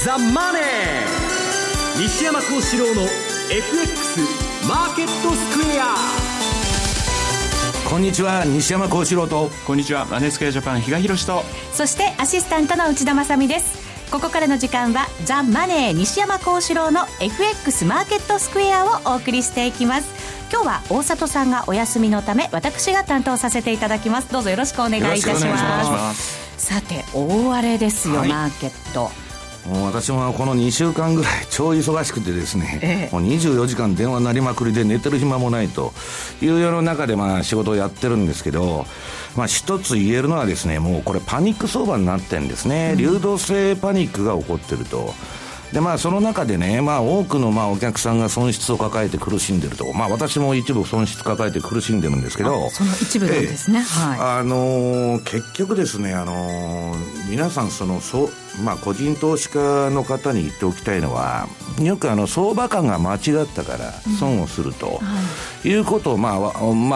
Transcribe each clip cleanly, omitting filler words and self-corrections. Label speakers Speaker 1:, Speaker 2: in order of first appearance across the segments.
Speaker 1: ザ・マネー。西山幸四郎の FX マーケットスクエア。
Speaker 2: こんにちは、西山幸四郎と。
Speaker 3: こんにちは、マネースクエアジャパン比嘉宏と。
Speaker 4: そしてアシスタントの内田まさみです。ここからの時間はザ・マネー西山幸四郎の FX マーケットスクエアをお送りしていきます。今日は大里さんがお休みのため私が担当させていただきます。どうぞよろしくお願いいたします。さて大荒れですよ、マーケット。
Speaker 2: もう私もこの2週間ぐらい超忙しくてですね、もう24時間電話鳴りまくりで寝てる暇もないというような中で仕事をやってるんですけど、一つ言えるのはですね、もうこれパニック相場になってるんですね。流動性パニックが起こってると。でその中でね、多くのお客さんが損失を抱えて苦しんでると。私も一部損失抱えて苦しんでるんですけど、
Speaker 4: その一部なんですね。
Speaker 2: 結局ですね、皆さん個人投資家の方に言っておきたいのは、よく相場感が間違ったから損をすると、いうことを我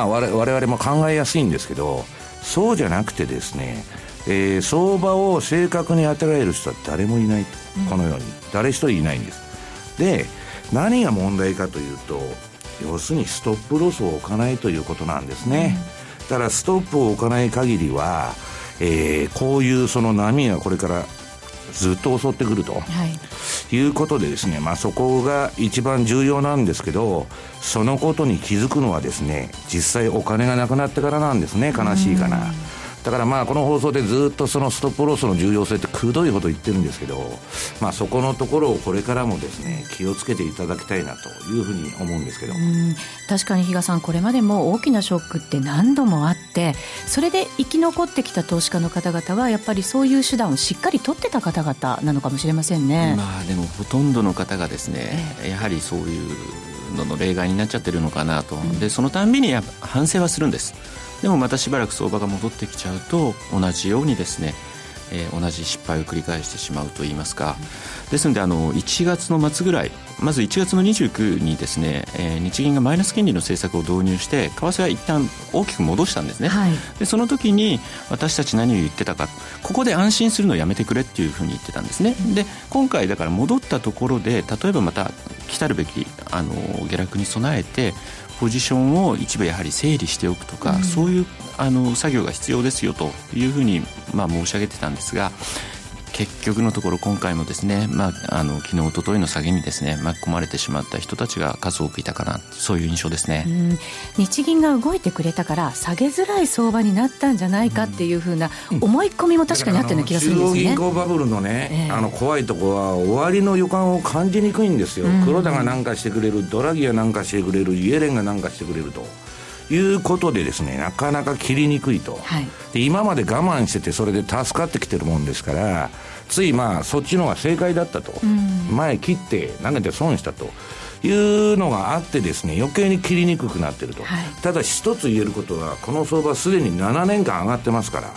Speaker 2: 々も考えやすいんですけど、そうじゃなくてですね、相場を正確に当てられる人は誰もいないと。このように誰一人いないんです。で、何が問題かというと、要するにストップロスを置かないということなんですね。だからストップを置かない限りは、こういう波がこれからずっと襲ってくると、いうことでですね、そこが一番重要なんですけど、そのことに気づくのはですね、実際お金がなくなってからなんですね。悲しいかな。だからこの放送でずっとそのストップロスの重要性ってくどいほど言ってるんですけど、そこのところをこれからもですね、気をつけていただきたいなというふうに思うんですけど。
Speaker 4: 確かに比嘉さん、これまでも大きなショックって何度もあって、それで生き残ってきた投資家の方々はやっぱりそういう手段をしっかり取ってた方々なのかもしれませんね。
Speaker 3: でもほとんどの方がですね、やはりそういうのの例外になっちゃってるのかなと。でそのたんびに反省はするんです。でもまたしばらく相場が戻ってきちゃうと同じようにですね、同じ失敗を繰り返してしまうといいますか。ですので1月の末ぐらい、まず1月の29にですね、日銀がマイナス金利の政策を導入して為替は一旦大きく戻したんですね。でその時に私たち何を言ってたか、ここで安心するのをやめてくれっていうふうに言ってたんですね。で今回だから戻ったところで、例えばまた来たるべき下落に備えてポジションを一部やはり整理しておくとか、そういう作業が必要ですよというふうに申し上げてたんですが、結局のところ今回もですね、昨日一昨日の下げにですね巻き込まれてしまった人たちが数多くいたかな、そういう印象ですね。
Speaker 4: 日銀が動いてくれたから下げづらい相場になったんじゃないかっていうふうな思い込みも確かにあったような気がするんですよね。
Speaker 2: 中央銀行バブルのね、怖いところは終わりの予感を感じにくいんですよ。黒田が何かしてくれる、ドラギが何かしてくれる、イエレンが何かしてくれるということでですね、なかなか切りにくいと、で今まで我慢しててそれで助かってきてるもんですから、ついそっちの方が正解だったと、前切って投げて損したというのがあってですね、余計に切りにくくなってると、ただ一つ言えることは、この相場すでに7年間上がってますから、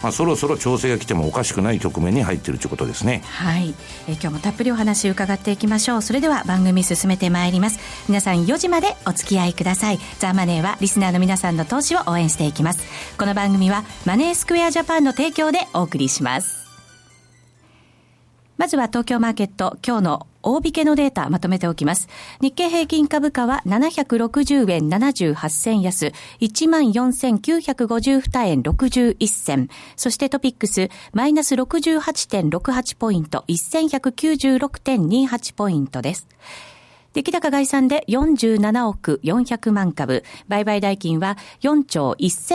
Speaker 2: そろそろ調整が来てもおかしくない局面に入っているということですね。
Speaker 4: 今日もたっぷりお話伺っていきましょう。それでは番組進めてまいります。皆さん4時までお付き合いください。ザ・マネーはリスナーの皆さんの投資を応援していきます。この番組はマネースクエアジャパンの提供でお送りします。まずは東京マーケット、今日の大引けのデータまとめておきます。日経平均株価は760円78銭安、14,952 円61銭。そしてトピックス、マイナス 68.68 ポイント、1196.28 ポイントです。出来高概算で47億400万株、売買代金は4兆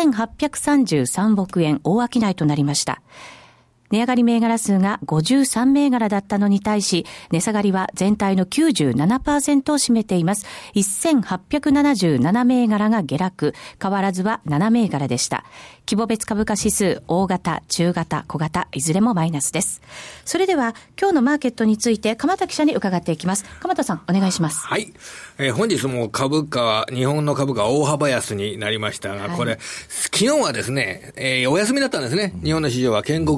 Speaker 4: 1833億円、大商いとなりました。値上がり銘柄数が53銘柄だったのに対し、値下がりは全体の 97% を占めています。1877銘柄が下落、変わらずは7銘柄でした。規模別株価指数、大型、中型、小型、いずれもマイナスです。それでは今日のマーケットについて鎌田記者に伺っていきます。鎌田さん、お願いします。
Speaker 5: 本日も株価は、日本の株価は大幅安になりましたが、これ昨日はですね、お休みだったんですね。日本の市場は建国記念日で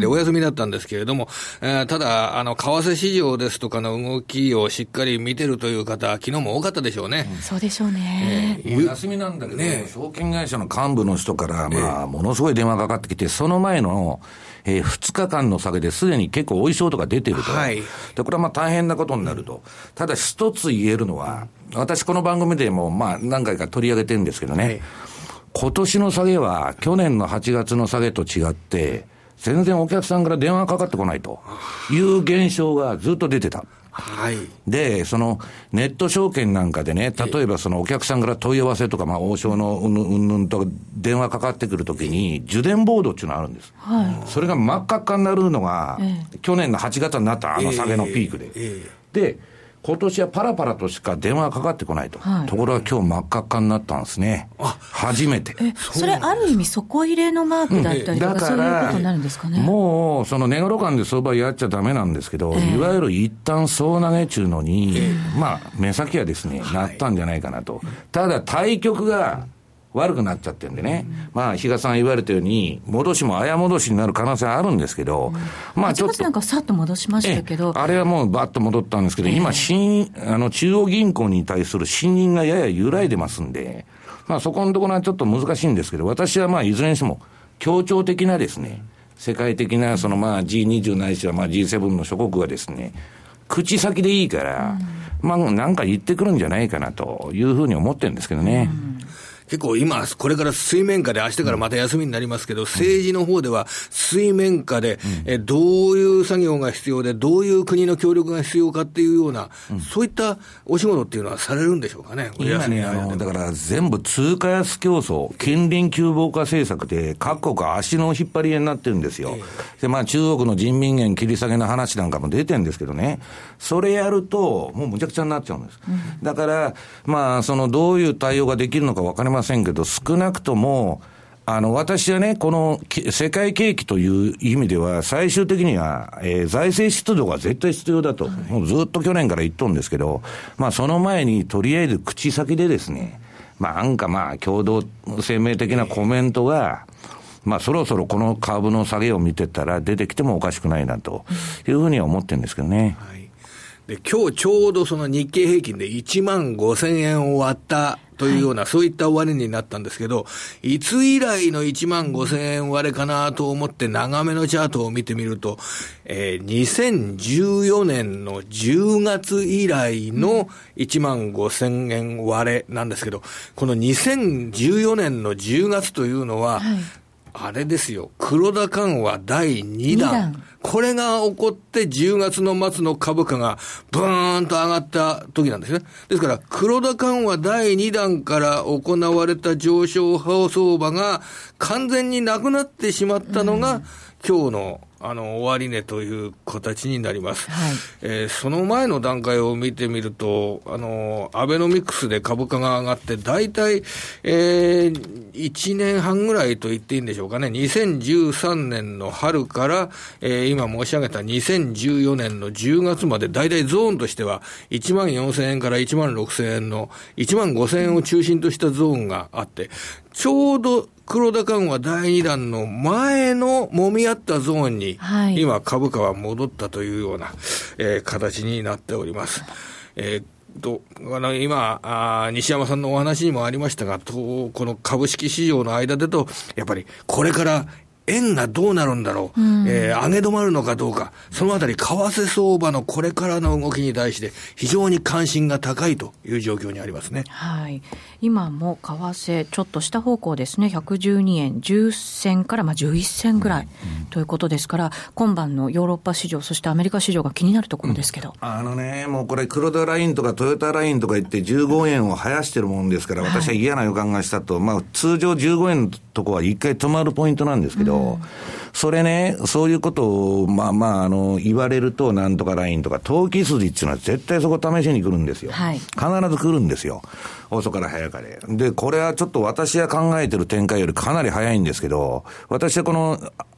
Speaker 5: お休みだったんですけれども、ただ、為替市場ですとかの動きをしっかり見てるという方、昨日も多かったでしょうね。
Speaker 4: そうでしょうね。
Speaker 2: お休みなんだけど、証券会社の幹部の人から、ものすごい電話かかってきて、その前の、2日間の下げですでに結構おいしい音が出てると。で、これは大変なことになると。ただ一つ言えるのは、私この番組でも何回か取り上げてるんですけどね、今年の下げは去年の8月の下げと違って、全然お客さんから電話かかってこないという現象がずっと出てた。で、そのネット証券なんかでね、例えばそのお客さんから問い合わせとか、王将のうんぬんとか電話かかってくるときに、受電ボードっていうのがあるんです。それが真っ赤っかになるのが、去年の8月になった下げのピークで。で、今年はパラパラとしか電話がかかってこないと。ところが今日真っ赤っかになったんですね。初めて。
Speaker 4: それある意味底入れのマークだったりとか、そういうことになるんですかね。
Speaker 2: もうその値頃感で相場やっちゃダメなんですけど、いわゆる一旦総投げ中のに、目先はですね、なったんじゃないかなと。ただ対局が悪くなっちゃってるんでね、比嘉さん言われたように戻しもあや戻しになる可能性あるんですけど、
Speaker 4: ちょっとなんかさっと戻しましたけど、
Speaker 2: あれはもうバッと戻ったんですけど、今中央銀行に対する信任がやや揺らいでますんで、そこのところはちょっと難しいんですけど、私はいずれにしても協調的なですね、世界的なそのG20 ないしはG7 の諸国がですね、口先でいいから、なんか言ってくるんじゃないかなというふうに思ってるんですけどね。
Speaker 5: 結構今、これから水面下で明日からまた休みになりますけど、政治の方では水面下で、どういう作業が必要で、どういう国の協力が必要かっていうような、そういったお仕事っていうのはされるんでしょうかね。
Speaker 2: 今ね、だから全部通貨安競争、近隣急防化政策で各国足の引っ張り合いになってるんですよ。で、中国の人民元切り下げの話なんかも出てるんですけどね、それやるともうむちゃくちゃになっちゃうんです。だから、そのどういう対応ができるのか分かりませんけど、少なくとも私はね、この世界景気という意味では最終的には、財政出動が絶対必要だと、もうずっと去年から言っとるんですけど、その前にとりあえず口先でですね、共同声明的なコメントがそろそろこの株の下げを見てたら出てきてもおかしくないなというふうには思ってるんですけどね。
Speaker 5: で、今日ちょうどその日経平均で15,000円を割ったというような、そういった終値になったんですけど、いつ以来の15,000円割れかなと思って長めのチャートを見てみると、2014年の10月以来の15,000円割れなんですけど、この2014年の10月というのは、あれですよ、黒田緩和第2弾。これが起こって10月の末の株価がブーンと上がった時なんですね。ですから黒田緩和第2弾から行われた上昇相場が完全になくなってしまったのが、今日の終値という形になります。その前の段階を見てみると、アベノミクスで株価が上がって、だいたい、1年半ぐらいと言っていいんでしょうかね。2013年の春から、今申し上げた2014年の10月まで、だいたいゾーンとしては、14,000円から16,000円の、15,000円を中心としたゾーンがあって、ちょうど黒田緩和第2弾の前の揉み合ったゾーンに、今株価は戻ったというような、形になっております。今、西山さんのお話にもありましたが、この株式市場の間でと、やっぱりこれから円がどうなるんだろう、上げ止まるのかどうか、そのあたり為替相場のこれからの動きに対して非常に関心が高いという状況にありますね。
Speaker 4: 今も為替ちょっと下方向ですね、112円10銭から11銭ぐらい、ということですから、今晩のヨーロッパ市場そしてアメリカ市場が気になるところですけど、
Speaker 2: もうこれ黒田ラインとかトヨタラインとか言って15円を生やしてるもんですから、私は嫌な予感がしたと、通常15円のとこは一回止まるポイントなんですけど、それね、そういうことを言われると、なんとかラインとか投機筋っていうのは絶対そこ試しに来るんですよ。必ず来るんですよ、遅から早かれ。で、これはちょっと私が考えてる展開よりかなり早いんですけど、私はこの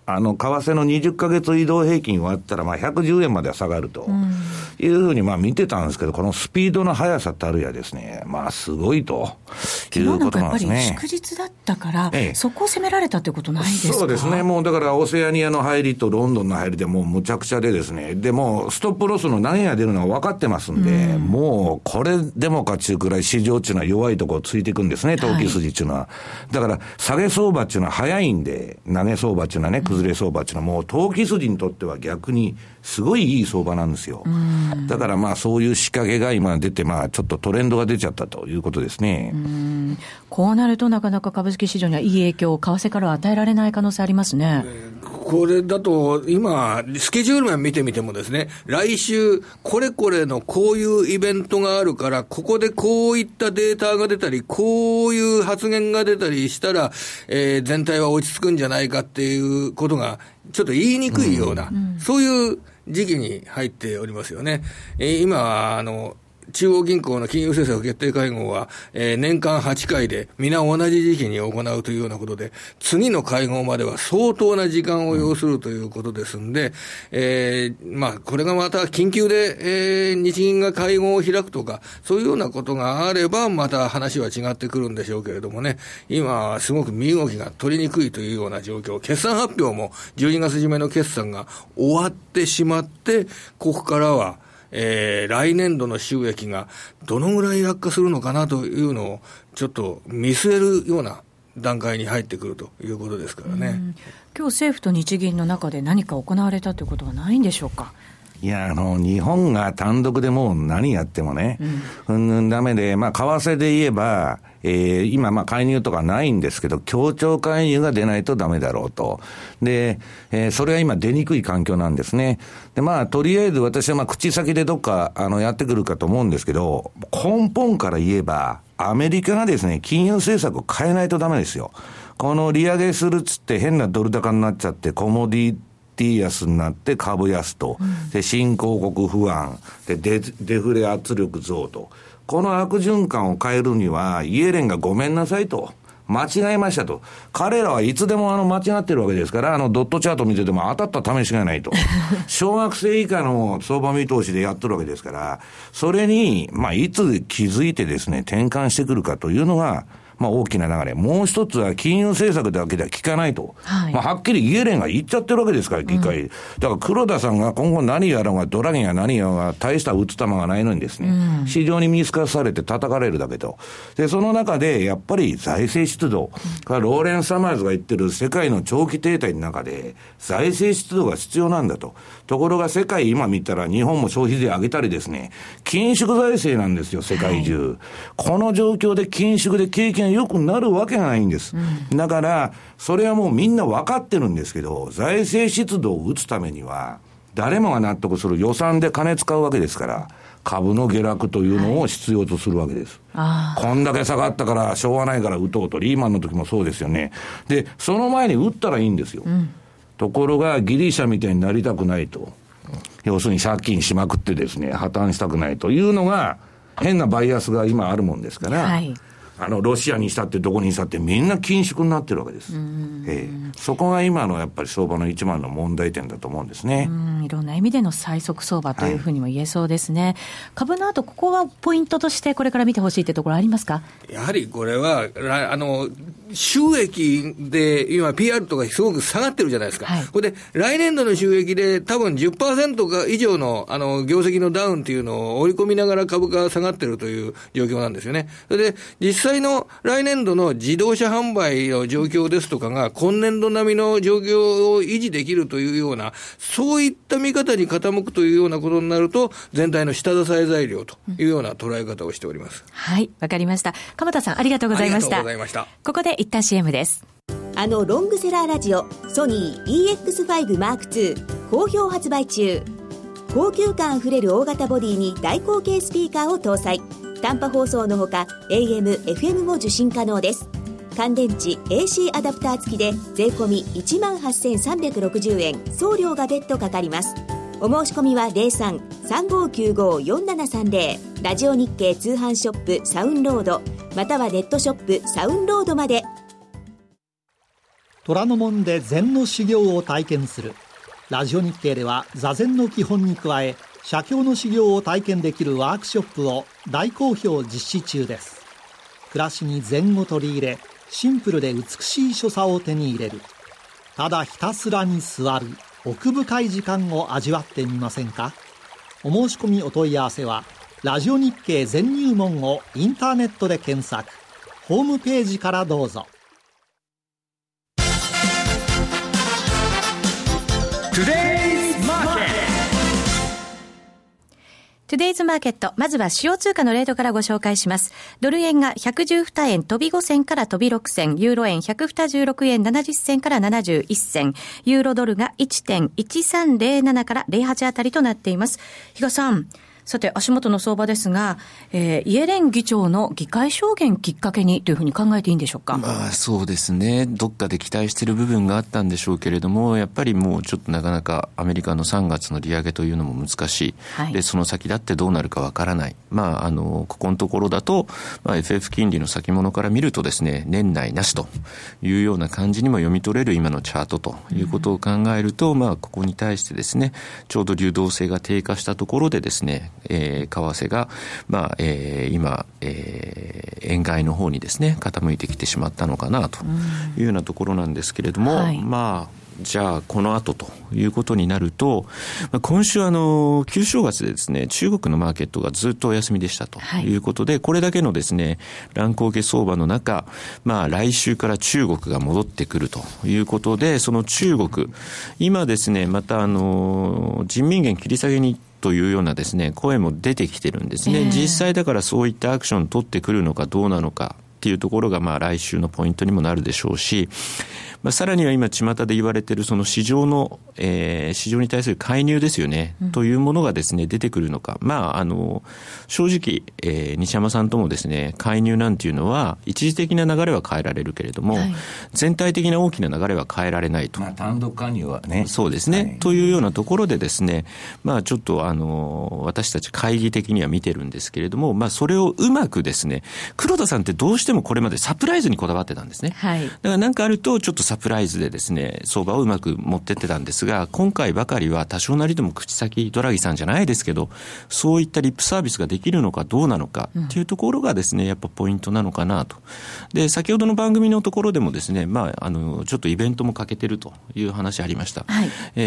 Speaker 2: 為替の20ヶ月移動平均割ったら、110円までは下がるというふうに見てたんですけど、このスピードの速さたるやですね、すごいということなんですね。
Speaker 4: 昨日なんかやっぱり祝日だったから、そこを攻められたということないですか？
Speaker 2: そうですね。もうだからオセアニアの入りとロンドンの入りでもうむちゃくちゃでですね、でもストップロスの何が出るのが分かってますんで、もうこれでもかっていうくらい市場っていうのは弱いところをついていくんですね、投機筋っていうのは。だから下げ相場っていうのは早いんで、投げ相場っていうのはね、崩れ相場っていうのはもう投機筋にとっては逆にすごいいい相場なんですよ。だからそういう仕掛けが今出て、ちょっとトレンドが出ちゃったということですね。
Speaker 4: こうなるとなかなか株式市場にはいい影響を為替からは与えられない可能性ありますね。
Speaker 5: これだと今スケジュール面見てみてもですね、来週これこれのこういうイベントがあるから、ここでこういったデータが出たり、こういう発言が出たりしたら、全体は落ち着くんじゃないかっていうことがちょっと言いにくいような、そういう時期に入っておりますよね。今中央銀行の金融政策決定会合は、年間8回で皆同じ時期に行うというようなことで、次の会合までは相当な時間を要するということですんで、これがまた緊急で、日銀が会合を開くとか、そういうようなことがあればまた話は違ってくるんでしょうけれどもね、今すごく身動きが取りにくいというような状況。決算発表も12月締めの決算が終わってしまって、ここからは来年度の収益がどのぐらい悪化するのかなというのをちょっと見据えるような段階に入ってくるということですからね。
Speaker 4: 今日政府と日銀の中で何か行われたということはないんでしょうか？
Speaker 2: いや、日本が単独でもう何やってもね、ダメで、為替で言えば、今、介入とかないんですけど、協調介入が出ないとダメだろうと。で、それは今出にくい環境なんですね。で、とりあえず私は口先でどっか、やってくるかと思うんですけど、根本から言えば、アメリカがですね、金融政策を変えないとダメですよ。この利上げするっつって変なドル高になっちゃって、コモディ安になって株安と、で新興国不安でデフレ圧力増と、この悪循環を変えるにはイエレンがごめんなさいと、間違えましたと、彼らはいつでも間違ってるわけですから、ドットチャート見てても当たった試しがないと小学生以下の相場見通しでやってるわけですから、それにいつ気づいてですね転換してくるかというのが大きな流れ。もう一つは金融政策だけでは効かないと。はっきりイエレンが言っちゃってるわけですから、議会。だから黒田さんが今後何やろうが、ドラギが何やろうが、大した打つ球がないのにですね、市場に見透かされて叩かれるだけと。で、その中で、やっぱり財政出動。ローレンス・サマーズが言ってる世界の長期停滞の中で、財政出動が必要なんだと。ところが世界今見たら、日本も消費税上げたりですね、緊縮財政なんですよ、世界中。この状況で緊縮で経験良くなるわけがないんです。だから、それはもうみんな分かってるんですけど、財政出動を打つためには、誰もが納得する予算で金使うわけですから、株の下落というのを必要とするわけです。こんだけ下がったからしょうがないから打とうと、リーマンの時もそうですよね。で、その前に打ったらいいんですよ。ところがギリシャみたいになりたくないと。要するに借金しまくってですね、破綻したくないというのが、変なバイアスが今あるもんですから、ロシアにしたってどこにしたってみんな緊縮になってるわけです。そこが今のやっぱり相場の一番の問題点だと思うんですね。
Speaker 4: いろんな意味での最速相場というふうにも言えそうですね。株の後、ここはポイントとしてこれから見てほしいというところありますか？や
Speaker 5: はりこれは収益で今 PR とかすごく下がってるじゃないですか。これで来年度の収益で多分 10% 以上の業績のダウンっていうのを織り込みながら株価が下がってるという状況なんですよね。それで実際の来年度の自動車販売の状況ですとかが今年度並みの状況を維持できるというような、そういった見方に傾くというようなことになると、全体の下支え材料というような捉え方をしております。
Speaker 4: はい、わかりました。鎌田さん、ありがとうございました。
Speaker 5: ありがとうございました。
Speaker 4: ここで一旦 CM です。
Speaker 6: ロングセラーラジオソニー EX5 M2 好評発売中。高級感あふれる大型ボディに大口径スピーカーを搭載。短波放送のほか AM、FM も受信可能です。乾電池 AC アダプター付きで税込み 18,360 円、送料が別途かかります。お申し込みは 03-3595-4730 ラジオ日経通販ショップサウンロードまたはネットショップサウンロードまで。
Speaker 7: 虎ノ門で禅の修行を体験する。ラジオ日経では座禅の基本に加え写経の修行を体験できるワークショップを大好評実施中です。暮らしに禅を取り入れ、シンプルで美しい所作を手に入れる。ただひたすらに座る奥深い時間を味わってみませんか。お申し込みお問い合わせはラジオ日経全入門をインターネットで検索、ホームページからどうぞ。
Speaker 4: トゥデイズマーケット、まずは主要通貨のレートからご紹介します。ドル円が112円飛び5銭から飛び6銭、ユーロ円126円70銭から71銭、ユーロドルが 1.1307 から08あたりとなっています。比嘉さん、さて足元の相場ですが、イエレン議長の議会証言きっかけにというふうに考えていいんでしょうか。
Speaker 3: そうですね、どっかで期待している部分があったんでしょうけれども、やっぱりもうちょっとなかなかアメリカの3月の利上げというのも難しい、はい、でその先だってどうなるかわからない、ここのところだと、FF 金利の先物から見るとですね、年内なしというような感じにも読み取れる今のチャートということを考えると、ここに対してですね、ちょうど流動性が低下したところでですね、為替が、今、円買いの方にですね傾いてきてしまったのかなというようなところなんですけれども、はい、じゃあこの後ということになると、今週旧正月でですね、中国のマーケットがずっとお休みでしたということで、はい、これだけのですね乱高下相場の中、来週から中国が戻ってくるということで、その中国今ですね、また人民元切り下げにというようなですね声も出てきてるんですね、実際だからそういったアクションを取ってくるのかどうなのかっていうところが来週のポイントにもなるでしょうし、さらには今巷で言われているその市場に対する介入ですよね、というものがですね出てくるのか、正直、西山さんともですね介入なんていうのは一時的な流れは変えられるけれども、はい、全体的な大きな流れは変えられないと、
Speaker 2: 単独介入はね、
Speaker 3: そうですね、はい、というようなところでですね、ちょっと私たち会議的には見てるんですけれども、それをうまくですね、黒田さんってどうしてもこれまでサプライズにこだわってたんですね、はい、だから何かあるとちょっとサプライズでですね相場をうまく持ってってたんですが、今回ばかりは多少なりとも口先ドラギさんじゃないですけど、そういったリップサービスができるのかどうなのかっていうところがですねやっぱポイントなのかなと。で先ほどの番組のところでもですね、ちょっとイベントも欠けてるという話ありました、はい、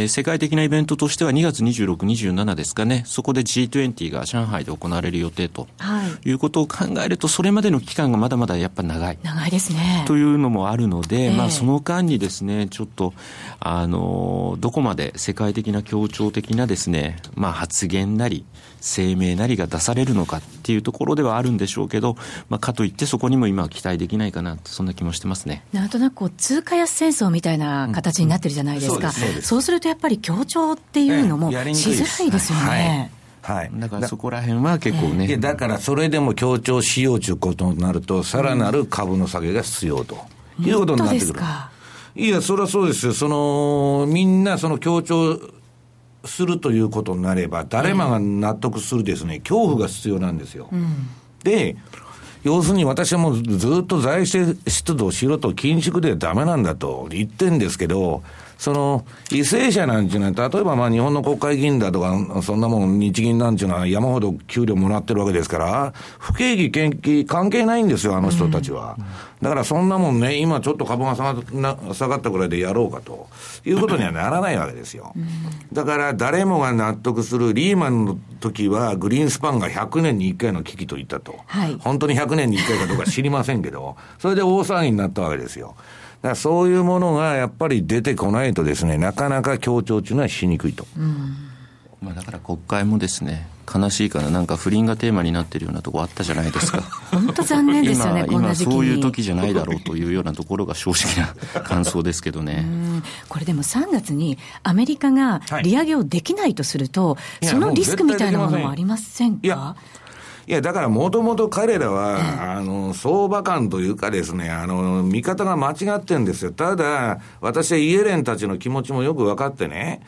Speaker 3: 世界的なイベントとしては2月26、27ですかね、そこで G20 が上海で行われる予定ということを考えると、それまでの期間がまだまだやっぱ長い
Speaker 4: ですね
Speaker 3: というのもあるので、その間にですねちょっとどこまで世界的な協調的なですね、発言なり声明なりが出されるのかっていうところではあるんでしょうけど、かといってそこにも今は期待できないかな、そんな気もしてますね。
Speaker 4: なんとなく通貨安戦争みたいな形になってるじゃないですか、そうするとやっぱり協調っていうのもしづらいですよね、
Speaker 2: はい、
Speaker 3: だからそこら辺は結構ね、
Speaker 2: だからそれでも協調しようということになると、さらなる株の下げが必要ということになってくる。いや、それはそうですよ。みんな協調するということになれば、誰もが納得するですね、恐怖が必要なんですよ。で、要するに私はもうずっと財政出動しろと緊縮でダメなんだと言ってるんですけど、為政者なんていうのは、例えば日本の国会議員だとか、そんなもん日銀なんていうのは山ほど給料もらってるわけですから、不景気、景気関係ないんですよ、あの人たちは。だからそんなもんね、今ちょっと株が下がったぐらいでやろうかということにはならないわけですよ。だから誰もが納得する、リーマンの時はグリーンスパンが100年に1回の危機と言ったと。はい、本当に100年に1回かどうか知りませんけど、それで大騒ぎになったわけですよ。だからそういうものがやっぱり出てこないとですね、なかなか協調というのはしにくいと。
Speaker 3: だから国会もですね、悲しいからなんか不倫がテーマになっているようなところあったじゃないですか。
Speaker 4: 本当残念ですよね、こんな時期に。
Speaker 3: 今そういう時じゃないだろうというようなところが正直な感想ですけどね。
Speaker 4: これでも3月にアメリカが利上げをできないとすると、そのリスクみたいなものもありませんか？
Speaker 2: いや、だからもともと彼らは、相場感というかですね、見方が間違ってるんですよ。ただ、私はイエレンたちの気持ちもよく分かってね、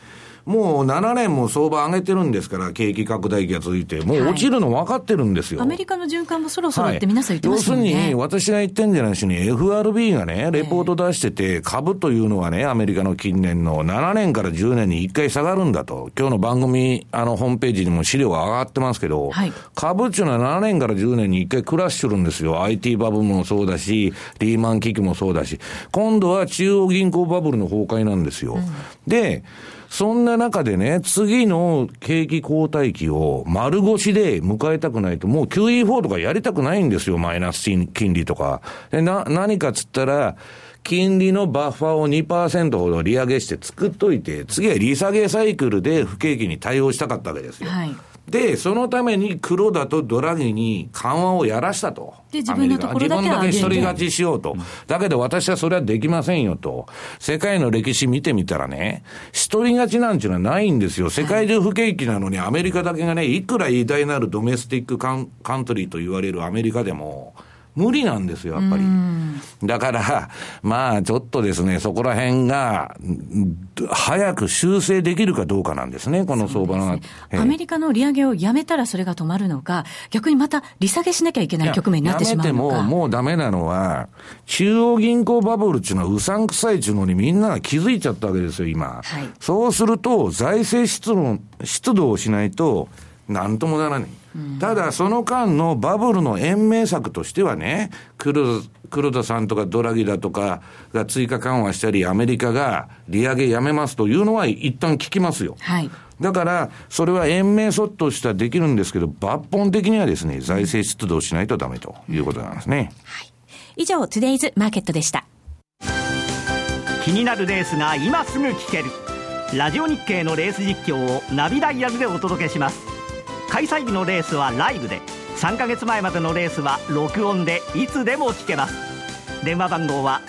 Speaker 2: もう7年も相場上げてるんですから、景気拡大期が続いて、もう落ちるの分かってるんですよ。
Speaker 4: アメリカの循環もそろそろって皆さん言ってますよね。
Speaker 2: 要するに、私が言ってんじゃないしに、FRB がね、レポート出してて、株というのはね、アメリカの近年の7年から10年に1回下がるんだと。今日の番組、ホームページにも資料が上がってますけど、はい、株っていうのは7年から10年に1回クラッシュするんですよ。IT バブルもそうだし、リーマン危機もそうだし、今度は中央銀行バブルの崩壊なんですよ。で、そんな中でね、次の景気後退期を丸腰で迎えたくないと、もう QE4 とかやりたくないんですよ、マイナス金利とか。で、何かつったら、金利のバッファーを 2% ほど利上げして作っといて、次は利下げサイクルで不景気に対応したかったわけですよ。はい、で、そのために黒田とドラギに緩和をやらしたと。
Speaker 4: で、自分のところだけ
Speaker 2: 自分だけ一人勝ちしようと。だけど私はそれはできませんよと。世界の歴史見てみたらね、一人勝ちなんていうのはないんですよ。世界中不景気なのにアメリカだけがね、いくら偉大なるドメスティックカントリーと言われるアメリカでも、無理なんですよ、やっぱり。だから、まあ、ちょっとですね、そこら辺が、早く修正できるかどうかなんですね、この相場の。
Speaker 4: アメリカの利上げをやめたらそれが止まるのか、逆にまた利下げしなきゃいけない局面になってしまうのか。
Speaker 2: やめても、もうダメなのは、中央銀行バブルっていうのはうさんくさいっていうのにみんなが気づいちゃったわけですよ、今。はい、そうすると、財政出動をしないと、なんともならない。ただその間のバブルの延命策としてはね、黒田さんとかドラギだとかが追加緩和したり、アメリカが利上げやめますというのは一旦聞きますよ。はい、だからそれは延命措置としてはできるんですけど、抜本的にはですね、財政出動しないとダメということなんですね。
Speaker 4: はい、以上、トゥデイズマーケットでした。
Speaker 1: 気になるレースが今すぐ聞けるラジオ日経のレース実況をナビダイヤルでお届けします。開催日のレースはライブで、3ヶ月前までのレースは録音でいつでも聞けます。電話番号は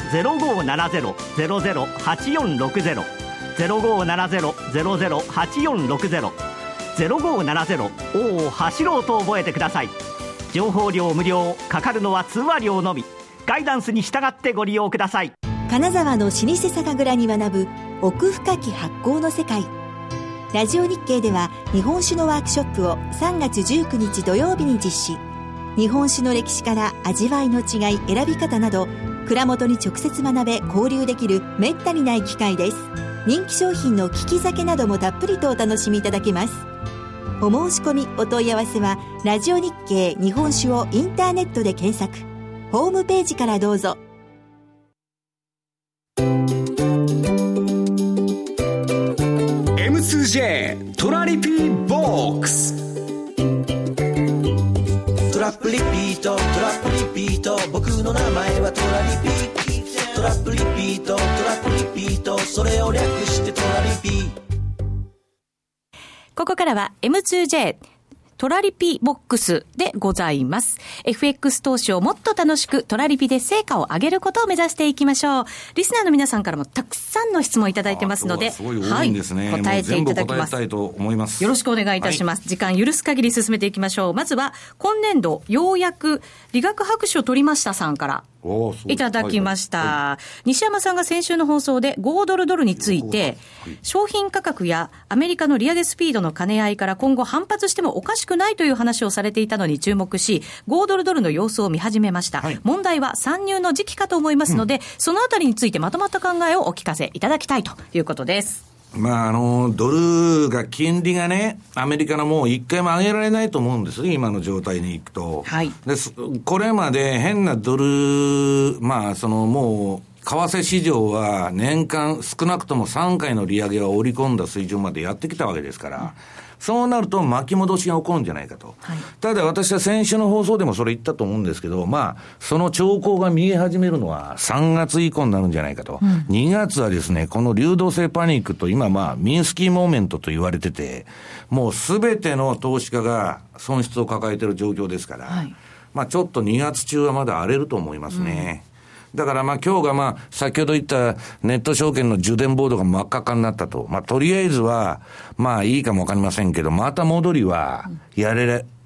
Speaker 1: 0570-008460 0570-008460 0570 を走ろうと覚えてください。情報料無料、かかるのは通話料のみ。ガイダンスに従ってご利用ください。
Speaker 6: 金沢の老舗酒蔵に学ぶ奥深き発酵の世界。ラジオ日経では日本酒のワークショップを3月19日土曜日に実施。日本酒の歴史から味わいの違い、選び方など蔵元に直接学べ交流できるめったにない機会です。人気商品の利き酒などもたっぷりとお楽しみいただけます。お申し込みお問い合わせはラジオ日経日本酒をインターネットで検索、ホームページからどうぞ。
Speaker 1: M2J トラリピーボックス。
Speaker 8: トラップリピート、トラップリピート、僕の名前はトラリピ。トラップリピート、トラップリピート、それを略してトラリピ。
Speaker 4: ここからは M2Jトラリピボックスでございます。FX 投資をもっと楽しくトラリピで成果を上げることを目指していきましょう。リスナーの皆さんからもたくさんの質問いただいてますので、
Speaker 2: すごい多いんですね。
Speaker 4: はい、答えていただきます。
Speaker 2: 全部答えたいと思います。
Speaker 4: よろしくお願いいたします。はい、時間許す限り進めていきましょう。まずは今年度ようやく理学博士を取りましたさんからいただきました、はいはい。西山さんが先週の放送で5ドルについて、商品価格やアメリカの利上げスピードの兼ね合いから今後反発してもおかしくないという話をされていたのに注目し、5ドルの様子を見始めました、はい、問題は参入の時期かと思いますので、そのあたりについてまとまった考えをお聞かせいただきたいということです。
Speaker 2: まあドルが金利がね、アメリカのもう一回も上げられないと思うんですね、今の状態に行くと。はい。これまで変なドル、まあもう、為替市場は年間少なくとも3回の利上げは織り込んだ水準までやってきたわけですから、そうなると巻き戻しが起こるんじゃないかと。はい、ただ私は先週の放送でもそれ言ったと思うんですけど、まあ、その兆候が見え始めるのは3月以降になるんじゃないかと。2月はですね、この流動性パニックと今ミンスキーモーメントと言われてて、もうすべての投資家が損失を抱えている状況ですから、はい、まあちょっと2月中はまだ荒れると思いますね。だから今日が先ほど言ったネット証券の受電ボードが真っ赤っかになったと。とりあえずはいいかもわかりませんけど、また戻りはや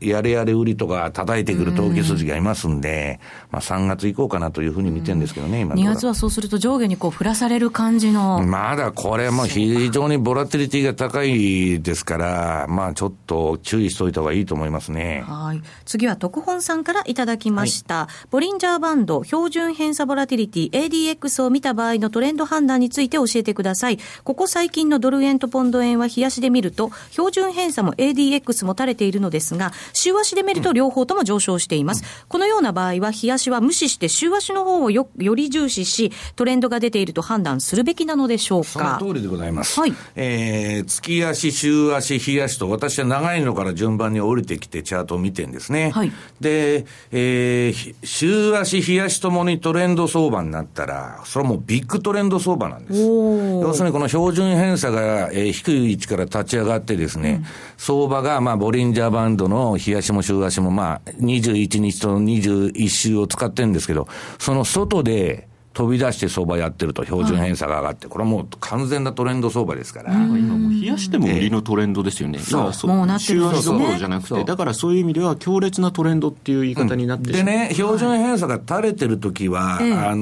Speaker 2: やれやれ売りとか叩いてくる投機筋がいますんで、3月以降かなというふうに見てるんですけどね、今
Speaker 4: 2月はそうすると上下に振らされる感じの。
Speaker 2: まだこれも非常にボラティリティが高いですから、ちょっと注意しておいた方がいいと思いますね。
Speaker 4: はい。次は特本さんからいただきました。ボリンジャーバンド標準偏差ボラティリティ ADX を見た場合のトレンド判断について教えてください。ここ最近のドル円とポンド円は日足で見ると標準偏差も ADX も垂れているのですが、週足で見ると両方とも上昇しています。このような場合は日足は無視して週足の方をより重視し、トレンドが出ていると判断するべきなのでしょうか。
Speaker 2: その通りでございます。
Speaker 4: はい。
Speaker 2: 月足、週足、日足と私は長いのから順番に降りてきてチャートを見てるんですね。
Speaker 4: はい。
Speaker 2: で、週足、日足ともにトレンド相場になったら、それはもうビッグトレンド相場なんです。要するにこの標準偏差が、低い位置から立ち上がってですね、相場がボリンジャーバンドの日足も週足も21日と21週を使ってるんですけど、その外で飛び出して相場やってると標準偏差が上がって、これはもう完全なトレンド相場ですから。
Speaker 3: 今もう冷やしても売りのトレンドですよね。
Speaker 4: もうなってるんですね。
Speaker 3: 週足どころじゃなくて、だからそういう意味では強烈なトレンドっていう言い方になってしまう。
Speaker 2: でね、標準偏差が垂れてるときは、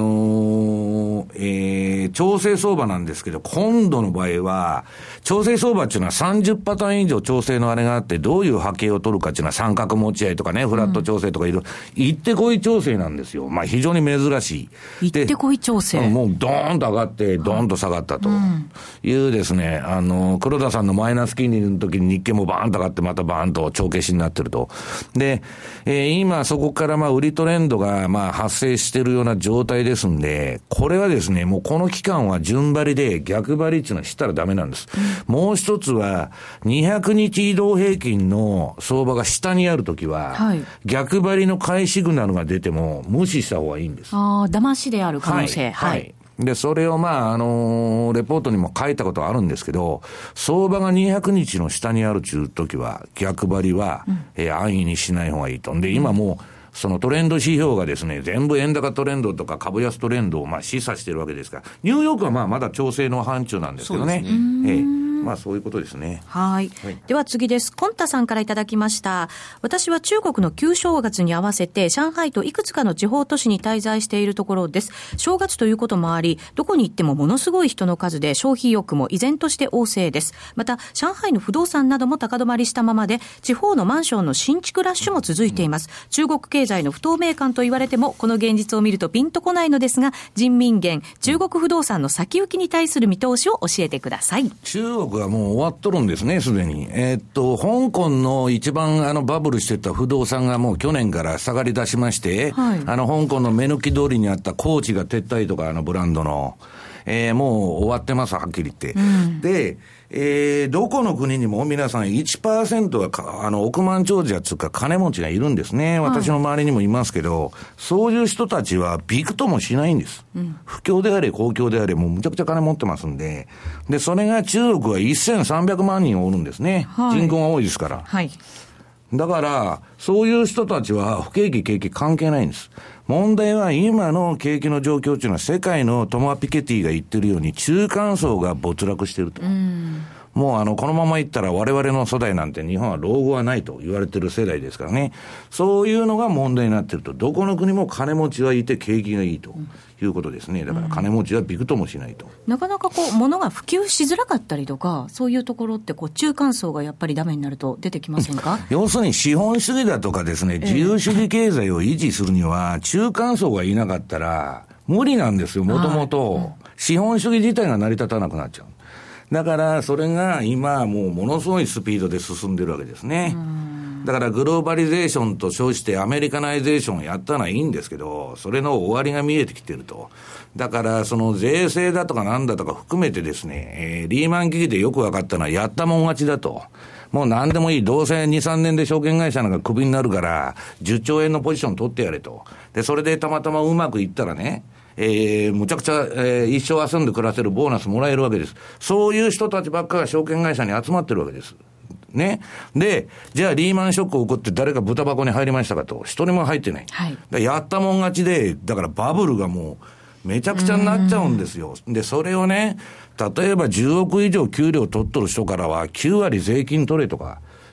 Speaker 2: 調整相場なんですけど、今度の場合は、調整相場っていうのは30パターン以上調整のあれがあって、どういう波形を取るかっていうのは三角持ち合いとかね、フラット調整とかいる、行ってこい調整なんですよ。非常に珍しい。
Speaker 4: 行ってこい調整。
Speaker 2: もうドーンと上がって、ドーンと下がったというですね、黒田さんのマイナス金利の時に日経もバーンと上がって、またバーンと帳消しになってると。で、今そこから売りトレンドが発生しているような状態ですんで、これはですね、もうこの期間は順張りで逆張りっていうのはしたらダメなんです。もう一つは、200日移動平均の相場が下にあるときは、逆張りの買いシグナルが出ても無視した方がいいんです。
Speaker 4: 騙しである可能性。
Speaker 2: はいで、それをレポートにも書いたことあるんですけど、相場が200日の下にあるというときは、逆張りは、安易にしない方がいいと。で、今もう、そのトレンド指標がですね、全部円高トレンドとか株安トレンドを示唆しているわけですから、ニューヨークはまだ調整の範疇なんですけどね。そういうことですね。
Speaker 4: はい。では次です。コンタさんからいただきました。私は中国の旧正月に合わせて上海といくつかの地方都市に滞在しているところです。正月ということもあり、どこに行ってもものすごい人の数で消費欲も依然として旺盛です。また上海の不動産なども高止まりしたままで、地方のマンションの新築ラッシュも続いています。中国経済の不透明感と言われてもこの現実を見るとピンとこないのですが、人民元、中国不動産の先行きに対する見通しを教えてください。
Speaker 2: 中国はもう終わっとるんですね、すでに。香港の一番バブルしてた不動産がもう去年から下がり出しまして、香港の目抜き通りにあったコーチが撤退とかブランドの、もう終わってます、はっきり言って。で、どこの国にも皆さん 1% は億万長者つうか金持ちがいるんですね。私の周りにもいますけど、そういう人たちはびくともしないんです。不況であれ公共であれもうむちゃくちゃ金持ってますんで。で、それが中国は1300万人おるんですね。人口が多いですから。だから、そういう人たちは不景気景気関係ないんです。問題は今の景気の状況というのは世界のトマ・ピケティが言ってるように中間層が没落してると。もうこのままいったら我々の世代なんて日本は老後はないと言われてる世代ですからね。そういうのが問題になってると。どこの国も金持ちはいて景気がいいということですね。だから金持ちはびくともしないと。
Speaker 4: なかなか物が普及しづらかったりとか、そういうところって中間層がやっぱりダメになると出てきませんか？
Speaker 2: 要するに資本主義だとかですね、自由主義経済を維持するには中間層がいなかったら無理なんですよ。もともと資本主義自体が成り立たなくなっちゃう。だからそれが今もうものすごいスピードで進んでるわけですね。だからグローバリゼーションと称してアメリカナイゼーションをやったのはいいんですけど、それの終わりが見えてきてると。だからその税制だとかなんだとか含めてですね、リーマン危機でよく分かったのはやったもん勝ちだと。もう何でもいい。どうせ2、3年で証券会社なんかクビになるから10兆円のポジション取ってやれと。で、それでたまたまうまくいったらね、むちゃくちゃ、一生遊んで暮らせるボーナスもらえるわけです。そういう人たちばっかが証券会社に集まってるわけです。ね。で、じゃあリーマンショック起こって誰か豚箱に入りましたかと。一人も入ってない。やったもん勝ちで、だからバブルがもうめちゃくちゃになっちゃうんですよ。で、それをね、例えば10億以上給料取っとる人からは9割税金取れとか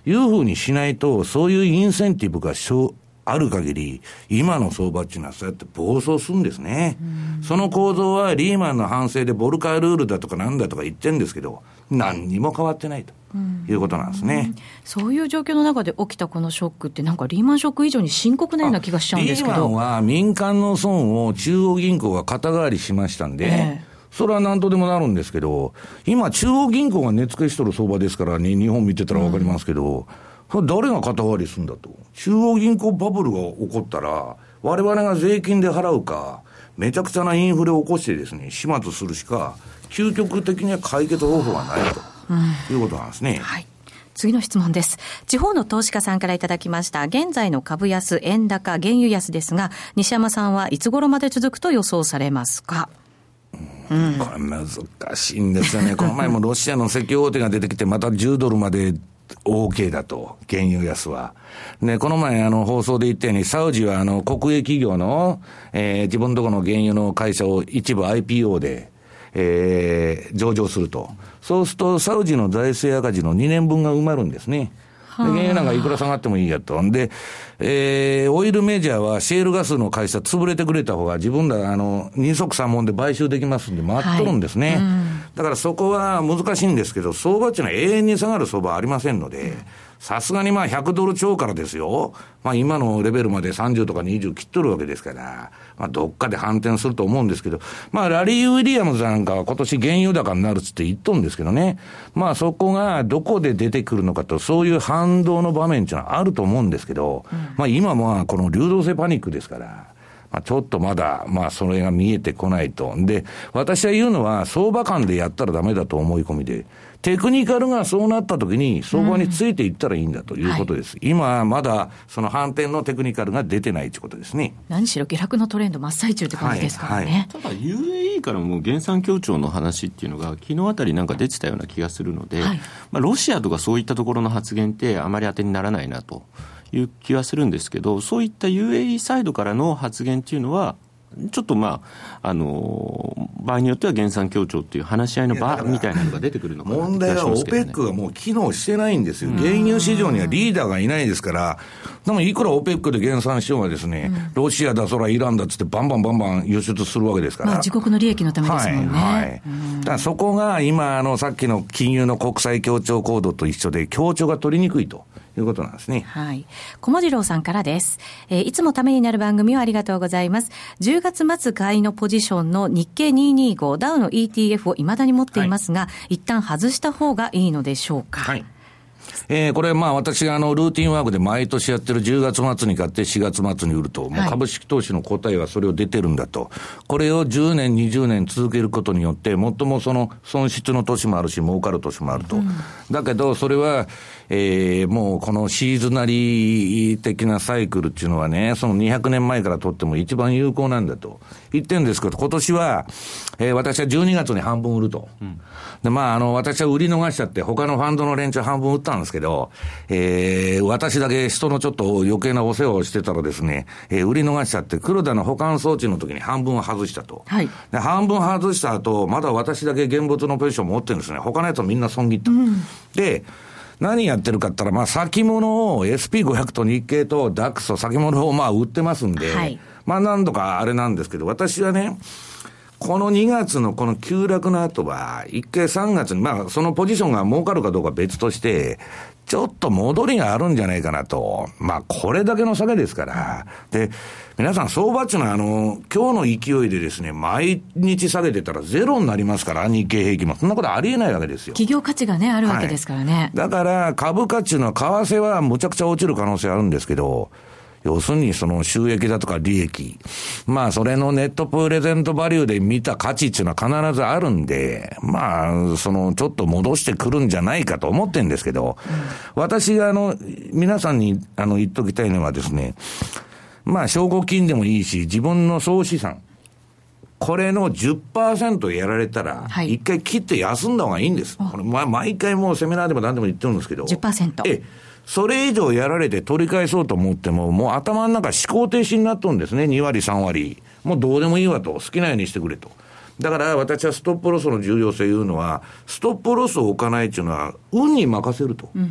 Speaker 2: いうふうにしないと、そういうインセンティブがある限り、今の相場っていうのはそうやって暴走するんですね。その構造はリーマンの反省でボルカールールだとかなんだとか言ってるんですけど、何にも変わってないということなんですね。
Speaker 4: そういう状況の中で起きたこのショックってなんかリーマンショック以上に深刻なような気がしちゃうんですけど。
Speaker 2: リーマンは民間の損を中央銀行が肩代わりしましたんで、それは何とでもなるんですけど、今中央銀行が値付けしとる相場ですからね、日本見てたら分かりますけど、それ誰が肩代わりするんだと。中央銀行バブルが起こったら、我々が税金で払うか、めちゃくちゃなインフレを起こしてですね、始末するしか、究極的には解決方法がないということなんですね。
Speaker 4: はい。次の質問です。地方の投資家さんからいただきました。現在の株安、円高、原油安ですが、西山さんはいつ頃まで続くと予想されますか？
Speaker 2: これ難しいんですよね。この前もロシアの石油大手が出てきて、また10ドルまでOK だと、原油安は。ね、この前放送で言ったように、サウジは国営企業の、自分のところの原油の会社を一部 IPO で、上場すると。そうすると、サウジの財政赤字の2年分が埋まるんですね。で原油なんかいくら下がってもいいやと。で、オイルメジャーはシェールガスの会社潰れてくれた方が自分ら二足三門で買収できますんで待っとるんですね。はいだからそこは難しいんですけど、相場っていうのは永遠に下がる相場はありませんので、さすがに100ドル超からですよ。今のレベルまで30とか20切っとるわけですから、どっかで反転すると思うんですけど、ラリー・ウィリアムズなんかは今年原油高になるっつって言っとるんですけどね。そこがどこで出てくるのかと、そういう反動の場面っていうのはあると思うんですけど、今もこの流動性パニックですから、ちょっとまだ、それが見えてこないと。で、私は言うのは、相場間でやったらダメだと思い込みで、テクニカルがそうなった時に、相場についていったらいいんだということです。はい、今、まだ、その反転のテクニカルが出てないということですね。
Speaker 4: 何しろ下落のトレンド真っ最中って感じですからね。
Speaker 3: ただ、UAE からも減産協調の話っていうのが、昨日あたりなんか出てたような気がするので、ロシアとかそういったところの発言ってあまり当てにならないなと。いう気はするんですけど、そういった UAE サイドからの発言っていうのはちょっと場合によっては減産協調っていう話し合いの場みたいなのが出てくるのかなって気がしますけどね。
Speaker 2: 問題は OPEC がもう機能してないんですよ。原油市場にはリーダーがいないですから、でもいくら OPEC で減産しようがですね、ロシアだそらイランだっつってバンバン輸出するわけですから。
Speaker 4: 自国の利益のためですもんね。
Speaker 2: だからそこが今さっきの金融の国際協調コードと一緒で協調が取りにくいということなんですね。
Speaker 4: はい。小文次郎さんからです。いつもためになる番組をありがとうございます。10月末買いのポジションの日経225ダウの ETF を未だに持っていますが、一旦外した方がいいのでしょうか。
Speaker 2: これ私がルーティンワークで毎年やってる10月末に買って4月末に売ると、もう株式投資の答えはそれを出てるんだと。これを10年、20年続けることによって、最もその損失の年もあるし、儲かる年もあると。だけど、それは、もうこのシーズナリー的なサイクルっていうのはね、その200年前からとっても一番有効なんだと言ってるんですけど、今年は、私は12月に半分売ると。で、私は売り逃しちゃって、他のファンドの連中半分売ったんですけど、私だけ人のちょっと余計なお世話をしてたらですね、売り逃しちゃって、黒田の保管装置の時に半分を外したと。で、半分外した後、まだ私だけ現物のポジション持ってるんですね。他のやつはみんな損切った。で、何やってるかって言ったら、先物を SP500 と日経と DAX と先物を売ってますんで、何度かあれなんですけど、私はね、この2月のこの急落の後は、一回3月に、そのポジションが儲かるかどうか別として、ちょっと戻りがあるんじゃないかなと。これだけの下げですから。で、皆さん相場っていうのは今日の勢いでですね、毎日下げてたらゼロになりますから、日経平均も。そんなことありえないわけですよ。
Speaker 4: 企業価値がね、あるわけですからね。
Speaker 2: だから株価っていうのは為替はむちゃくちゃ落ちる可能性あるんですけど、要するにその収益だとか利益。それのネットプレゼントバリューで見た価値っていうのは必ずあるんで、ちょっと戻してくるんじゃないかと思ってるんですけど、私が皆さんに言っときたいのはですね、証拠金でもいいし、自分の総資産。これの 10% やられたら、一回切って休んだ方がいいんです。これ毎回もうセミナーでも何でも言ってるんですけど。
Speaker 4: 10%。
Speaker 2: それ以上やられて取り返そうと思っても、もう頭の中思考停止になっとるんですね。2割3割。もうどうでもいいわと。好きなようにしてくれと。だから私はストップロスの重要性いうのは、ストップロスを置かないっていうのは、運に任せると。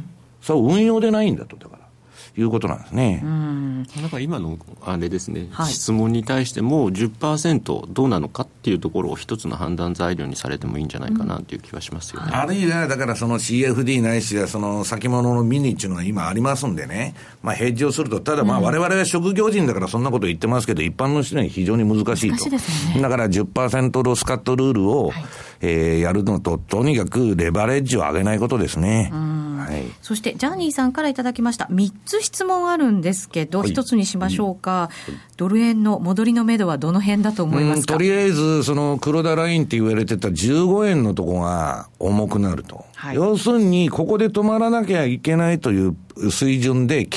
Speaker 2: それは運用でないんだと、だからいうことなんですね。
Speaker 3: だから今のあれですね、
Speaker 4: はい、
Speaker 3: 質問に対しても 10% どうなのかっていうところを一つの判断材料にされてもいいんじゃないかなという気はしますよね。
Speaker 2: あるいはだからその CFD ないしはその先物のミニっていうのが今ありますんでね、まあヘッジをすると、ただまあ我々は職業人だからそんなこと言ってますけど、一般の人には非常に難しいと。
Speaker 4: 難しいですね。
Speaker 2: だから 10% ロスカットルールを、やるのと、とにかくレバレッジを上げないことですね。はい、
Speaker 4: そしてジャーニーさんからいただきました3つ質問あるんですけど、1つにしましょうか。ドル円の戻りの目処はどの辺だと思いますか？
Speaker 2: とりあえずその黒田ラインって言われてた15円のとこが重くなると、はい、要するにここで止まらなきゃいけないという水準で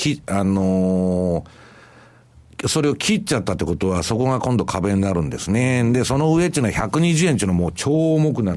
Speaker 2: それを切っちゃったってことは、そこが今度壁になるんですね。で、その上っていうのは120円っていうのはもう超重くなって、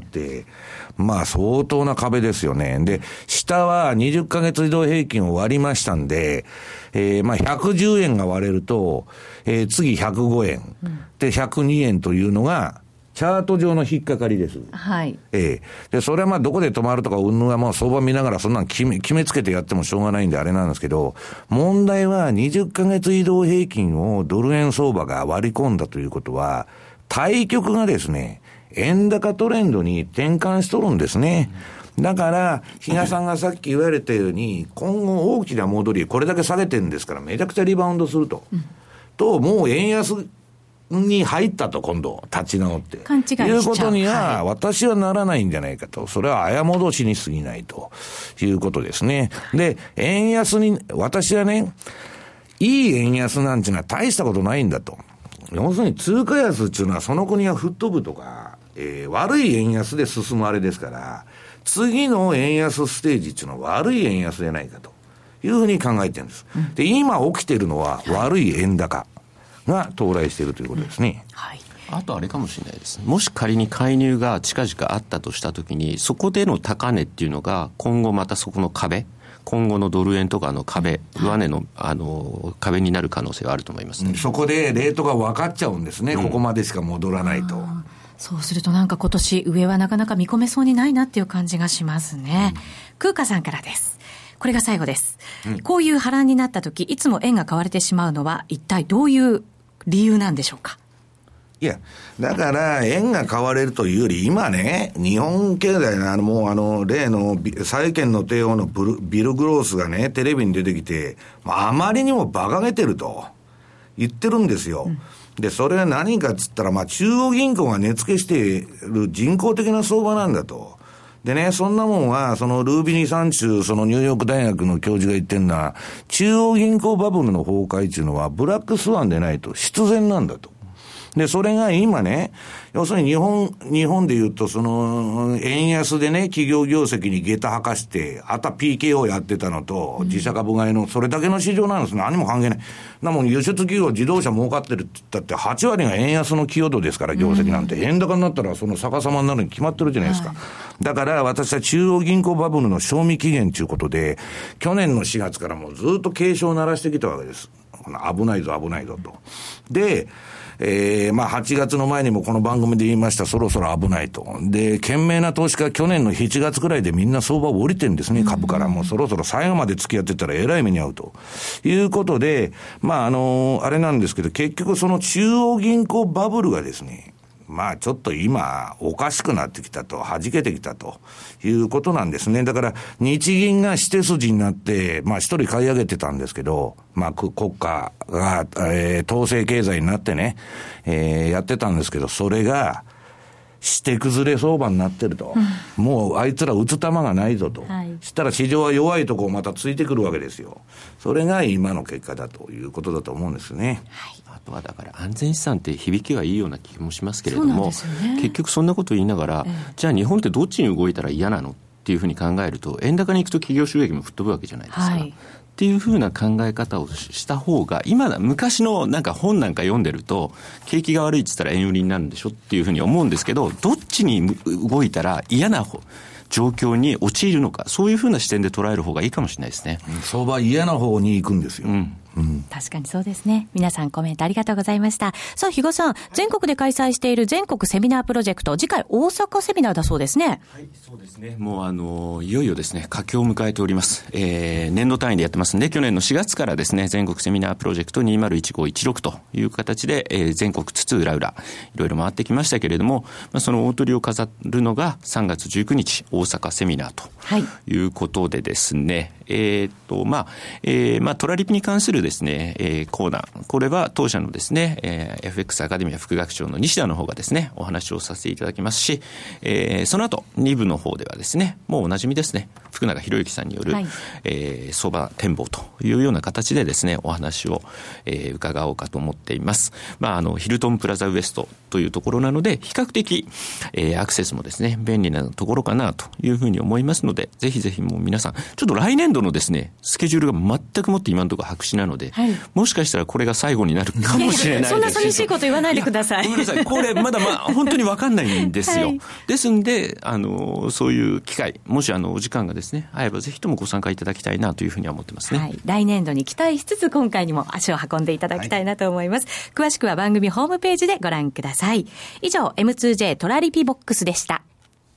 Speaker 2: まあ相当な壁ですよね。で、下は20ヶ月移動平均を割りましたんで、まあ110円が割れると、次105円、で102円というのが、チャート上の引っかかりです。
Speaker 4: はい。
Speaker 2: で、それはまあどこで止まるとか、云々はもう相場見ながらそんなの決めつけてやってもしょうがないんであれなんですけど、問題は20ヶ月移動平均をドル円相場が割り込んだということは、対極がですね、円高トレンドに転換しとるんですね。だから、比嘉さんがさっき言われたように、今後大きな戻り、これだけ下げてるんですから、めちゃくちゃリバウンドすると。と、もう円安に入ったと、今度立ち直って
Speaker 4: 勘違いしちゃう
Speaker 2: いうことには私はならないんじゃないかと。それは綾戻しに過ぎないということですね。で、円安に私はね、いい円安なんていうのは大したことないんだと。要するに通貨安っていうのはその国が吹っ飛ぶとか、悪い円安で進むあれですから、次の円安ステージっていうのは悪い円安じゃないかというふうに考えてるんです。で、今起きてるのは悪い円高が到来しているということですね。
Speaker 4: はい。
Speaker 3: あとあれかもしれないです。もし仮に介入が近々あったとしたときに、そこでの高値っていうのが今後またそこの壁、今後のドル円とかの壁、上値の、壁になる可能性はあると思いますね。
Speaker 2: そこでレートが分かっちゃうんですね、ここまでしか戻らないと。
Speaker 4: そうするとなんか今年上はなかなか見込めそうにないなっていう感じがしますね。空花さんからです。これが最後です。こういう波乱になった時、いつも円が買われてしまうのは一体どういう理由なんでしょうか？
Speaker 2: いや、だから円が買われるというより、今ね、日本経済のもう例の債券の帝王のビル・グロースがね、テレビに出てきて、あまりにも馬鹿げてると言ってるんですよ。で、それは何かっつったら、中央銀行が値付けしている人工的な相場なんだと。でね、そんなもんは、そのルービニ山中、そのニューヨーク大学の教授が言ってんのは、中央銀行バブルの崩壊っていうのは、ブラックスワンでないと必然なんだと。で、それが今ね、要するに日本で言うと、その、円安でね、企業業績に下駄吐かして、あとは PKO やってたのと、自社株買いの、それだけの市場なんです。何も関係ない。もん輸出企業、自動車儲かってるって言ったって、8割が円安の寄与度ですから、業績なんて。円高になったら、その逆さまになるに決まってるじゃないですか。だから、私は中央銀行バブルの賞味期限ということで、去年の4月からもうずっと警鐘を鳴らしてきたわけです。危ないぞ、危ないぞと。で、8月の前にもこの番組で言いました、そろそろ危ないと。で、懸命な投資家、去年の7月くらいでみんな相場を降りてるんですね、株から。もうそろそろ最後まで付き合ってたらえらい目に遭うと。いうことで、あれなんですけど、結局その中央銀行バブルがですね、ちょっと今、おかしくなってきたと、弾けてきたということなんですね。だから、日銀が指定筋になって、一人買い上げてたんですけど、国家が、統制経済になってね、やってたんですけど、それが、して崩れ相場になってると。もうあいつら打つ球がないぞと。したら市場は弱いとこをまたついてくるわけですよ。それが今の結果だということだと思うんですね。
Speaker 3: あとはだから安全資産って響きはいいような気もしますけれども、結局そんなこと言いながら、じゃあ日本ってどっちに動いたら嫌なのっていうふうに考えると、円高に行くと企業収益も吹っ飛ぶわけじゃないですか。っていうふうな考え方をした方が、昔のなんか本なんか読んでると、景気が悪いって言ったら円売りになるんでしょっていうふうに思うんですけど、どっちに動いたら嫌な状況に陥るのか、そういうふうな視点で捉える方がいいかもしれないですね。
Speaker 2: 相場嫌な方に行くんですよ。
Speaker 4: 確かにそうですね。皆さんコメントありがとうございました。さあ、比嘉さん、全国で開催している全国セミナープロジェクト、次回大阪セミナーだそうですね。
Speaker 3: はい、そうですね。もういよいよですね、佳境を迎えております。年度単位でやってますんで、去年の4月からですね、全国セミナープロジェクト201516という形で、全国津々浦々いろいろ回ってきましたけれども、その大トリを飾るのが3月19日大阪セミナーということでですね、トラリピに関するですね、コーナー、これは当社のですね、FX アカデミア副学長の西田の方がですね、お話をさせていただきますし、その後2部の方ではですね、もうおなじみですね、福永博之さんによる、相場展望というような形でですね、お話を、伺おうかと思っています。ヒルトンプラザウエストというところなので、比較的、アクセスもですね、便利なところかなというふうに思いますので、ぜひぜひもう皆さん、ちょっと来年度のですね、スケジュールが全くもって今のところ白紙なので、もしかしたらこれが最後になるかもしれないです。
Speaker 4: そんな寂しいこと言わないでください。
Speaker 3: ごめんなさい。これまだ本当に分かんないんですよ。ですんで、そういう機会、もしお時間がですね、合えばぜひともご参加いただきたいなというふうには思ってますね。
Speaker 4: 来年度に期待しつつ、今回にも足を運んでいただきたいなと思います。詳しくは番組ホームページでご覧ください。以上、M2J トラリピボックスでした。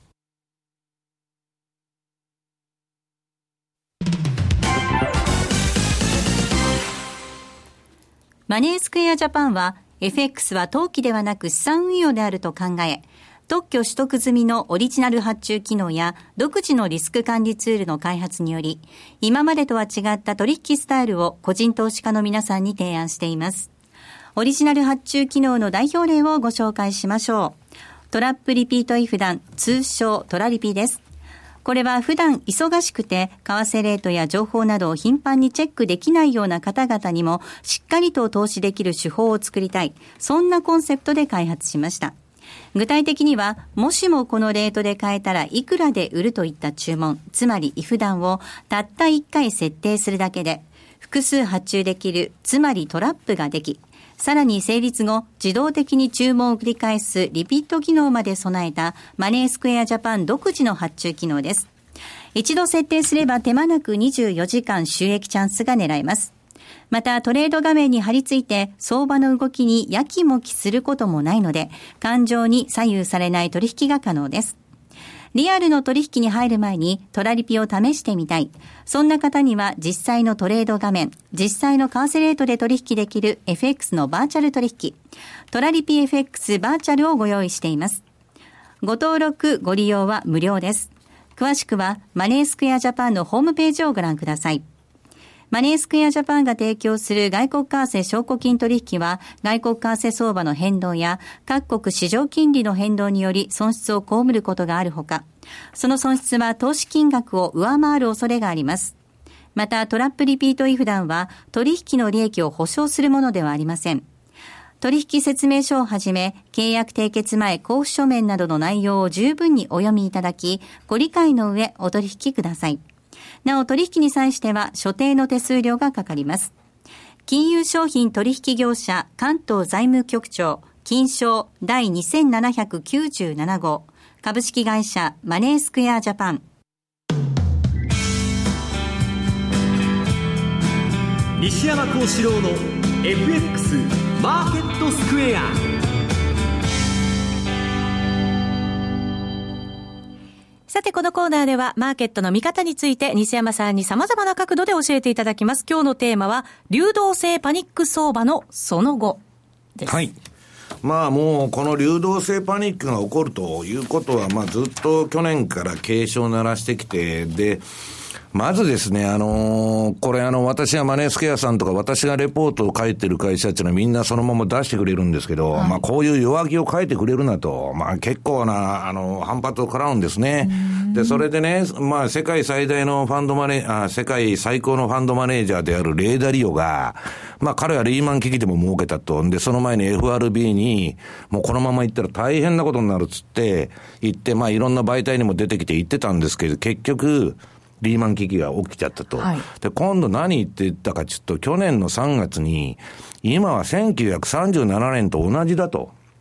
Speaker 4: マネースクエアジャパンは FX は投機ではなく資産運用であると考え、特許取得済みのオリジナル発注機能や独自のリスク管理ツールの開発により、今までとは違った取引スタイルを個人投資家の皆さんに提案しています。オリジナル発注機能の代表例をご紹介しましょう。トラップリピートイフダン、通称トラリピです。これは普段忙しくて為替レートや情報などを頻繁にチェックできないような方々にもしっかりと投資できる手法を作りたい。そんなコンセプトで開発しました。具体的には、もしもこのレートで買えたらいくらで売るといった注文、つまりイフダンをたった1回設定するだけで複数発注できる、つまりトラップができ、さらに成立後自動的に注文を繰り返すリピート機能まで備えたマネースクエアジャパン独自の発注機能です。一度設定すれば手間なく24時間収益チャンスが狙えます。またトレード画面に貼り付いて相場の動きにやきもきすることもないので、感情に左右されない取引が可能です。リアルの取引に入る前にトラリピを試してみたい。そんな方には実際のトレード画面、実際の為替レートで取引できる FX のバーチャル取引、トラリピ FX バーチャルをご用意しています。ご登録、ご利用は無料です。詳しくはマネースクエアジャパンのホームページをご覧ください。マネースクエアジャパンが提供する外国為替証拠金取引は、外国為替相場の変動や各国市場金利の変動により損失を被ることがあるほか、その損失は投資金額を上回る恐れがあります。またトラップリピートイフダンは取引の利益を保証するものではありません。取引説明書をはじめ、契約締結前交付書面などの内容を十分にお読みいただき、ご理解の上お取引ください。なお取引に際しては所定の手数料がかかります。金融商品取引業者関東財務局長金商第2797号株式会社マネースクエアジャパン。
Speaker 9: 西山幸四郎の FX マーケットスクエア。
Speaker 4: さてこのコーナーではマーケットの見方について西山さんに様々な角度で教えていただきます。今日のテーマは流動性パニック相場のその後です。
Speaker 2: はい。もうこの流動性パニックが起こるということはずっと去年から警鐘を鳴らしてきて、でまずですね、これ私がマネースクエアさんとか私がレポートを書いてる会社っていうのはみんなそのまま出してくれるんですけど、こういう弱気を書いてくれるなと、結構な、反発を食らうんですね。で、それでね、世界最大の世界最高のファンドマネージャーであるレーダリオが、彼はリーマン危機でも儲けたと。で、その前に FRB に、もうこのまま行ったら大変なことになるっつって、言って、いろんな媒体にも出てきて言ってたんですけど、結局、リーマン危機が起きちゃったと。で、今度何言ってたかちょっと去年の3月に、今は1937年と同じだと。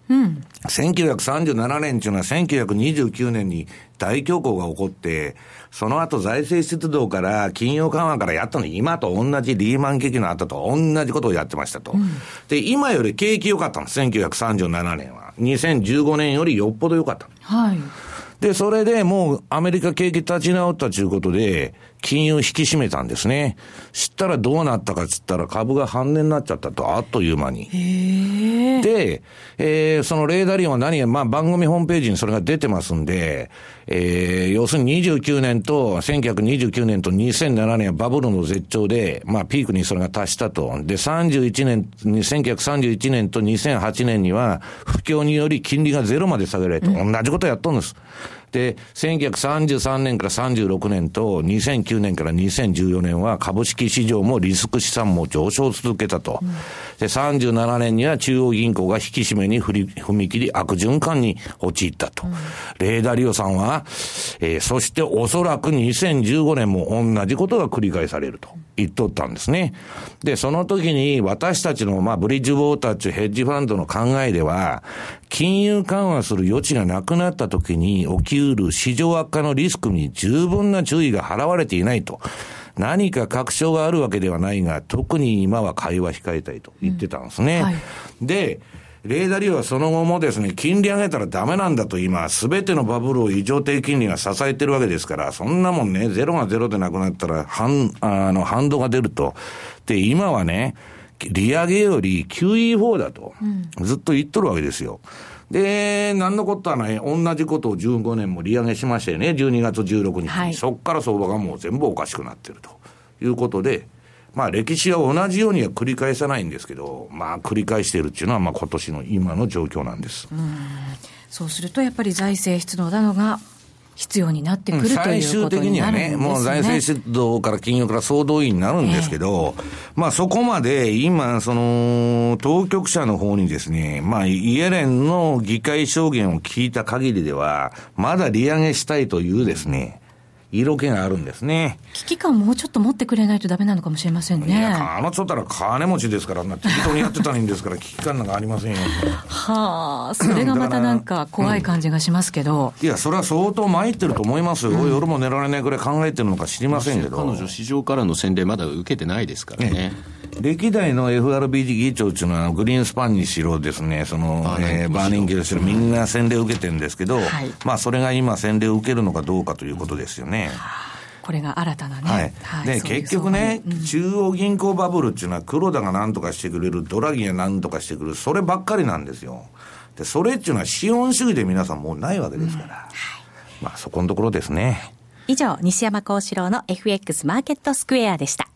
Speaker 2: 1937年というのは1929年に大恐慌が起こって、その後財政出動から金融緩和からやったのに今と同じリーマン危機の後と同じことをやってましたと。で、今より景気良かったんです、1937年は。2015年よりよっぽど良かった。
Speaker 4: はい。
Speaker 2: で、それでもうアメリカ景気立ち直ったということで、金融引き締めたんですね。知ったらどうなったかっつったら株が半値になっちゃったと、あっという間に。で、そのレーダーリオンは何や、まあ番組ホームページにそれが出てますんで、要するに1929年と2007年はバブルの絶頂で、まあピークにそれが達したと。で、1931年と2008年には不況により金利がゼロまで下げられて、同じことやっとるんです。で、1933年から36年と2009年から2014年は株式市場もリスク資産も上昇を続けたと。で、37年には中央銀行が引き締めに踏み切り悪循環に陥ったと。レーダーリオさんは、そしておそらく2015年も同じことが繰り返されると言っとったんですね。で、その時に私たちのブリッジウォーターというヘッジファンドの考えでは、金融緩和する余地がなくなった時に起きうる市場悪化のリスクに十分な注意が払われていないと。何か確証があるわけではないが、特に今は買いは控えたいと言ってたんですね。はい、で、レーダーリオはその後もですね、金利上げたらダメなんだと今、すべてのバブルを異常低金利が支えてるわけですから、そんなもんね、ゼロがゼロでなくなったら反動が出ると。で、今はね、利上げより QE4 だと、ずっと言っとるわけですよ。で、なんのことはない、同じことを15年も利上げしましたよね、12月16日に。はい、そっから相場がもう全部おかしくなってるということで、まあ歴史は同じようには繰り返さないんですけど、まあ繰り返しているっていうのはまあ今年の今の状況なんです。
Speaker 4: そうするとやっぱり財政出動などが必要になってくるということになるんですね。最終的にはね、もう財政出動から金融から総動員になるんですけど、まあそこまで今、その、当局者の方にですね、まあイエレンの議会証言を聞いた限りでは、まだ利上げしたいというですね、色気があるんですね。 危機感もうちょっと持ってくれないとダメなのかもしれませんね。
Speaker 2: いや、人ったら金持ちですから、適当にやってたらいいんですから、危機感なんかありませんよ。
Speaker 4: はあ、それがまたなんか怖い感じがしますけど。
Speaker 2: いや、それは相当参ってると思いますよ。夜も寝られないくらい考えてるのか知りませんけど。
Speaker 3: 彼女市場からの洗礼まだ受けてないですからね。
Speaker 2: 歴代の FRB 議長っていうのはグリーンスパンにしろですね、そのバーニングにしろみんな洗礼を受けてるんですけど、まあそれが今洗礼を受けるのかどうかということですよね。
Speaker 4: これが新たなね。
Speaker 2: で、結局ね、中央銀行バブルっていうのは黒田が何とかしてくれる、ドラギが何とかしてくる、そればっかりなんですよ。で、それっていうのは資本主義で皆さんもうないわけですから。まあそこのところですね。
Speaker 4: 以上、西山幸四郎の FX マーケットスクエアでした。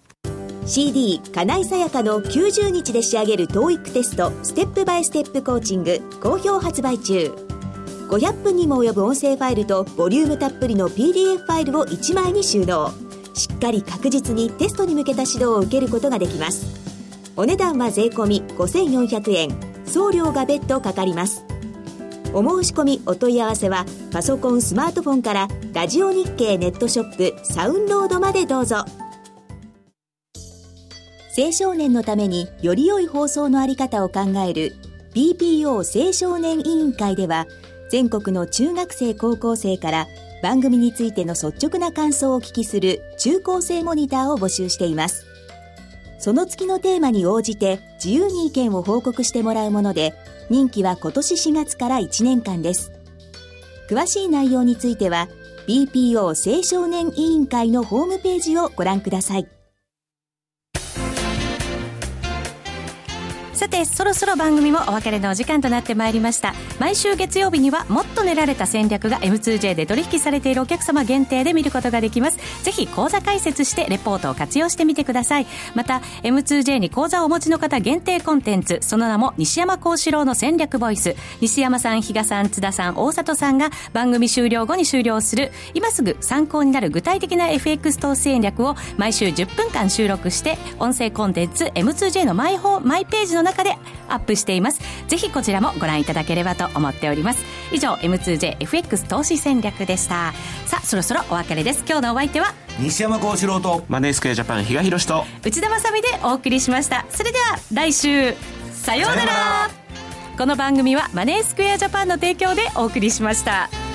Speaker 6: CD 金井さやかの90日で仕上げる TOEIC テストステップバイステップコーチング好評発売中。500分にも及ぶ音声ファイルとボリュームたっぷりの PDF ファイルを1枚に収納。しっかり確実にテストに向けた指導を受けることができます。お値段は税込み5400円、送料が別途かかります。お申し込みお問い合わせはパソコンスマートフォンからラジオ日経ネットショップサウンロードまでどうぞ。青少年のためにより良い放送のあり方を考える BPO 青少年委員会では、全国の中学生高校生から番組についての率直な感想をお聞きする中高生モニターを募集しています。その月のテーマに応じて自由に意見を報告してもらうもので、任期は今年4月から1年間です。詳しい内容については BPO 青少年委員会のホームページをご覧ください。
Speaker 4: さて、そろそろ番組もお別れのお時間となってまいりました。毎週月曜日にはもっと練られた戦略が M2J で取引されているお客様限定で見ることができます。ぜひ口座開設してレポートを活用してみてください。また M2J に口座をお持ちの方限定コンテンツ、その名も西山幸四郎の戦略ボイス。西山さん、比嘉さん、津田さん、大里さんが番組終了後に終了する今すぐ参考になる具体的な FX 投資戦略を毎週10分間収録して音声コンテンツ M2J のマイページの中でアップしています。ぜひこちらもご覧いただければと思っております。以上 M2JFX 投資戦略でした。さあ、そろそろお別れです。今日のお相手は
Speaker 2: 西山幸四郎と
Speaker 3: マネースクエアジャパン比嘉宏と
Speaker 4: 内田まさみでお送りしました。それでは来週、さようなら。 この番組はマネースクエアジャパンの提供でお送りしました。